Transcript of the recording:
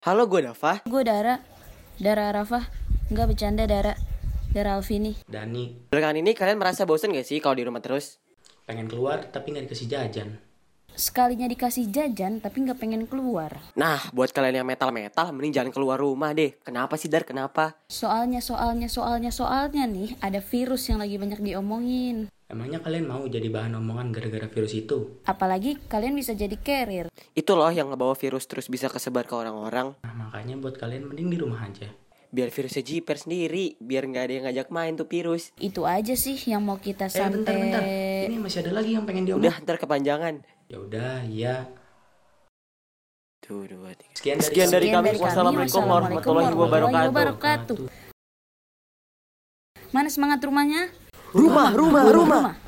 Halo, gue Dava. Gue Dara Arafah. Enggak bercanda, Dara Alvini. Dani. Belakangan ini kalian merasa bosen gak sih kalau di rumah terus? Pengen keluar tapi gak dikasih jajan. Sekalinya dikasih jajan tapi gak pengen keluar. Nah, buat kalian yang metal-metal, mending jangan keluar rumah deh. Kenapa sih, Dar? Kenapa? Soalnya nih ada virus yang lagi banyak diomongin. Emangnya kalian mau jadi bahan omongan gara-gara virus itu? Apalagi kalian bisa jadi carrier. Itu loh yang ngebawa virus terus bisa kesebar ke orang-orang. Nah, makanya buat kalian mending di rumah aja. Biar virusnya jiper sendiri, biar gak ada yang ngajak main tuh virus. Itu aja sih yang mau kita santai. Bentar. Ini masih ada lagi yang pengen diomong. Udah, ntar kepanjangan. Ya udah, iya. Tuh, 2, 3. Sekian dari kami. Wassalamualaikum warahmatullahi wabarakatuh. Mana semangat rumahnya? Rumah.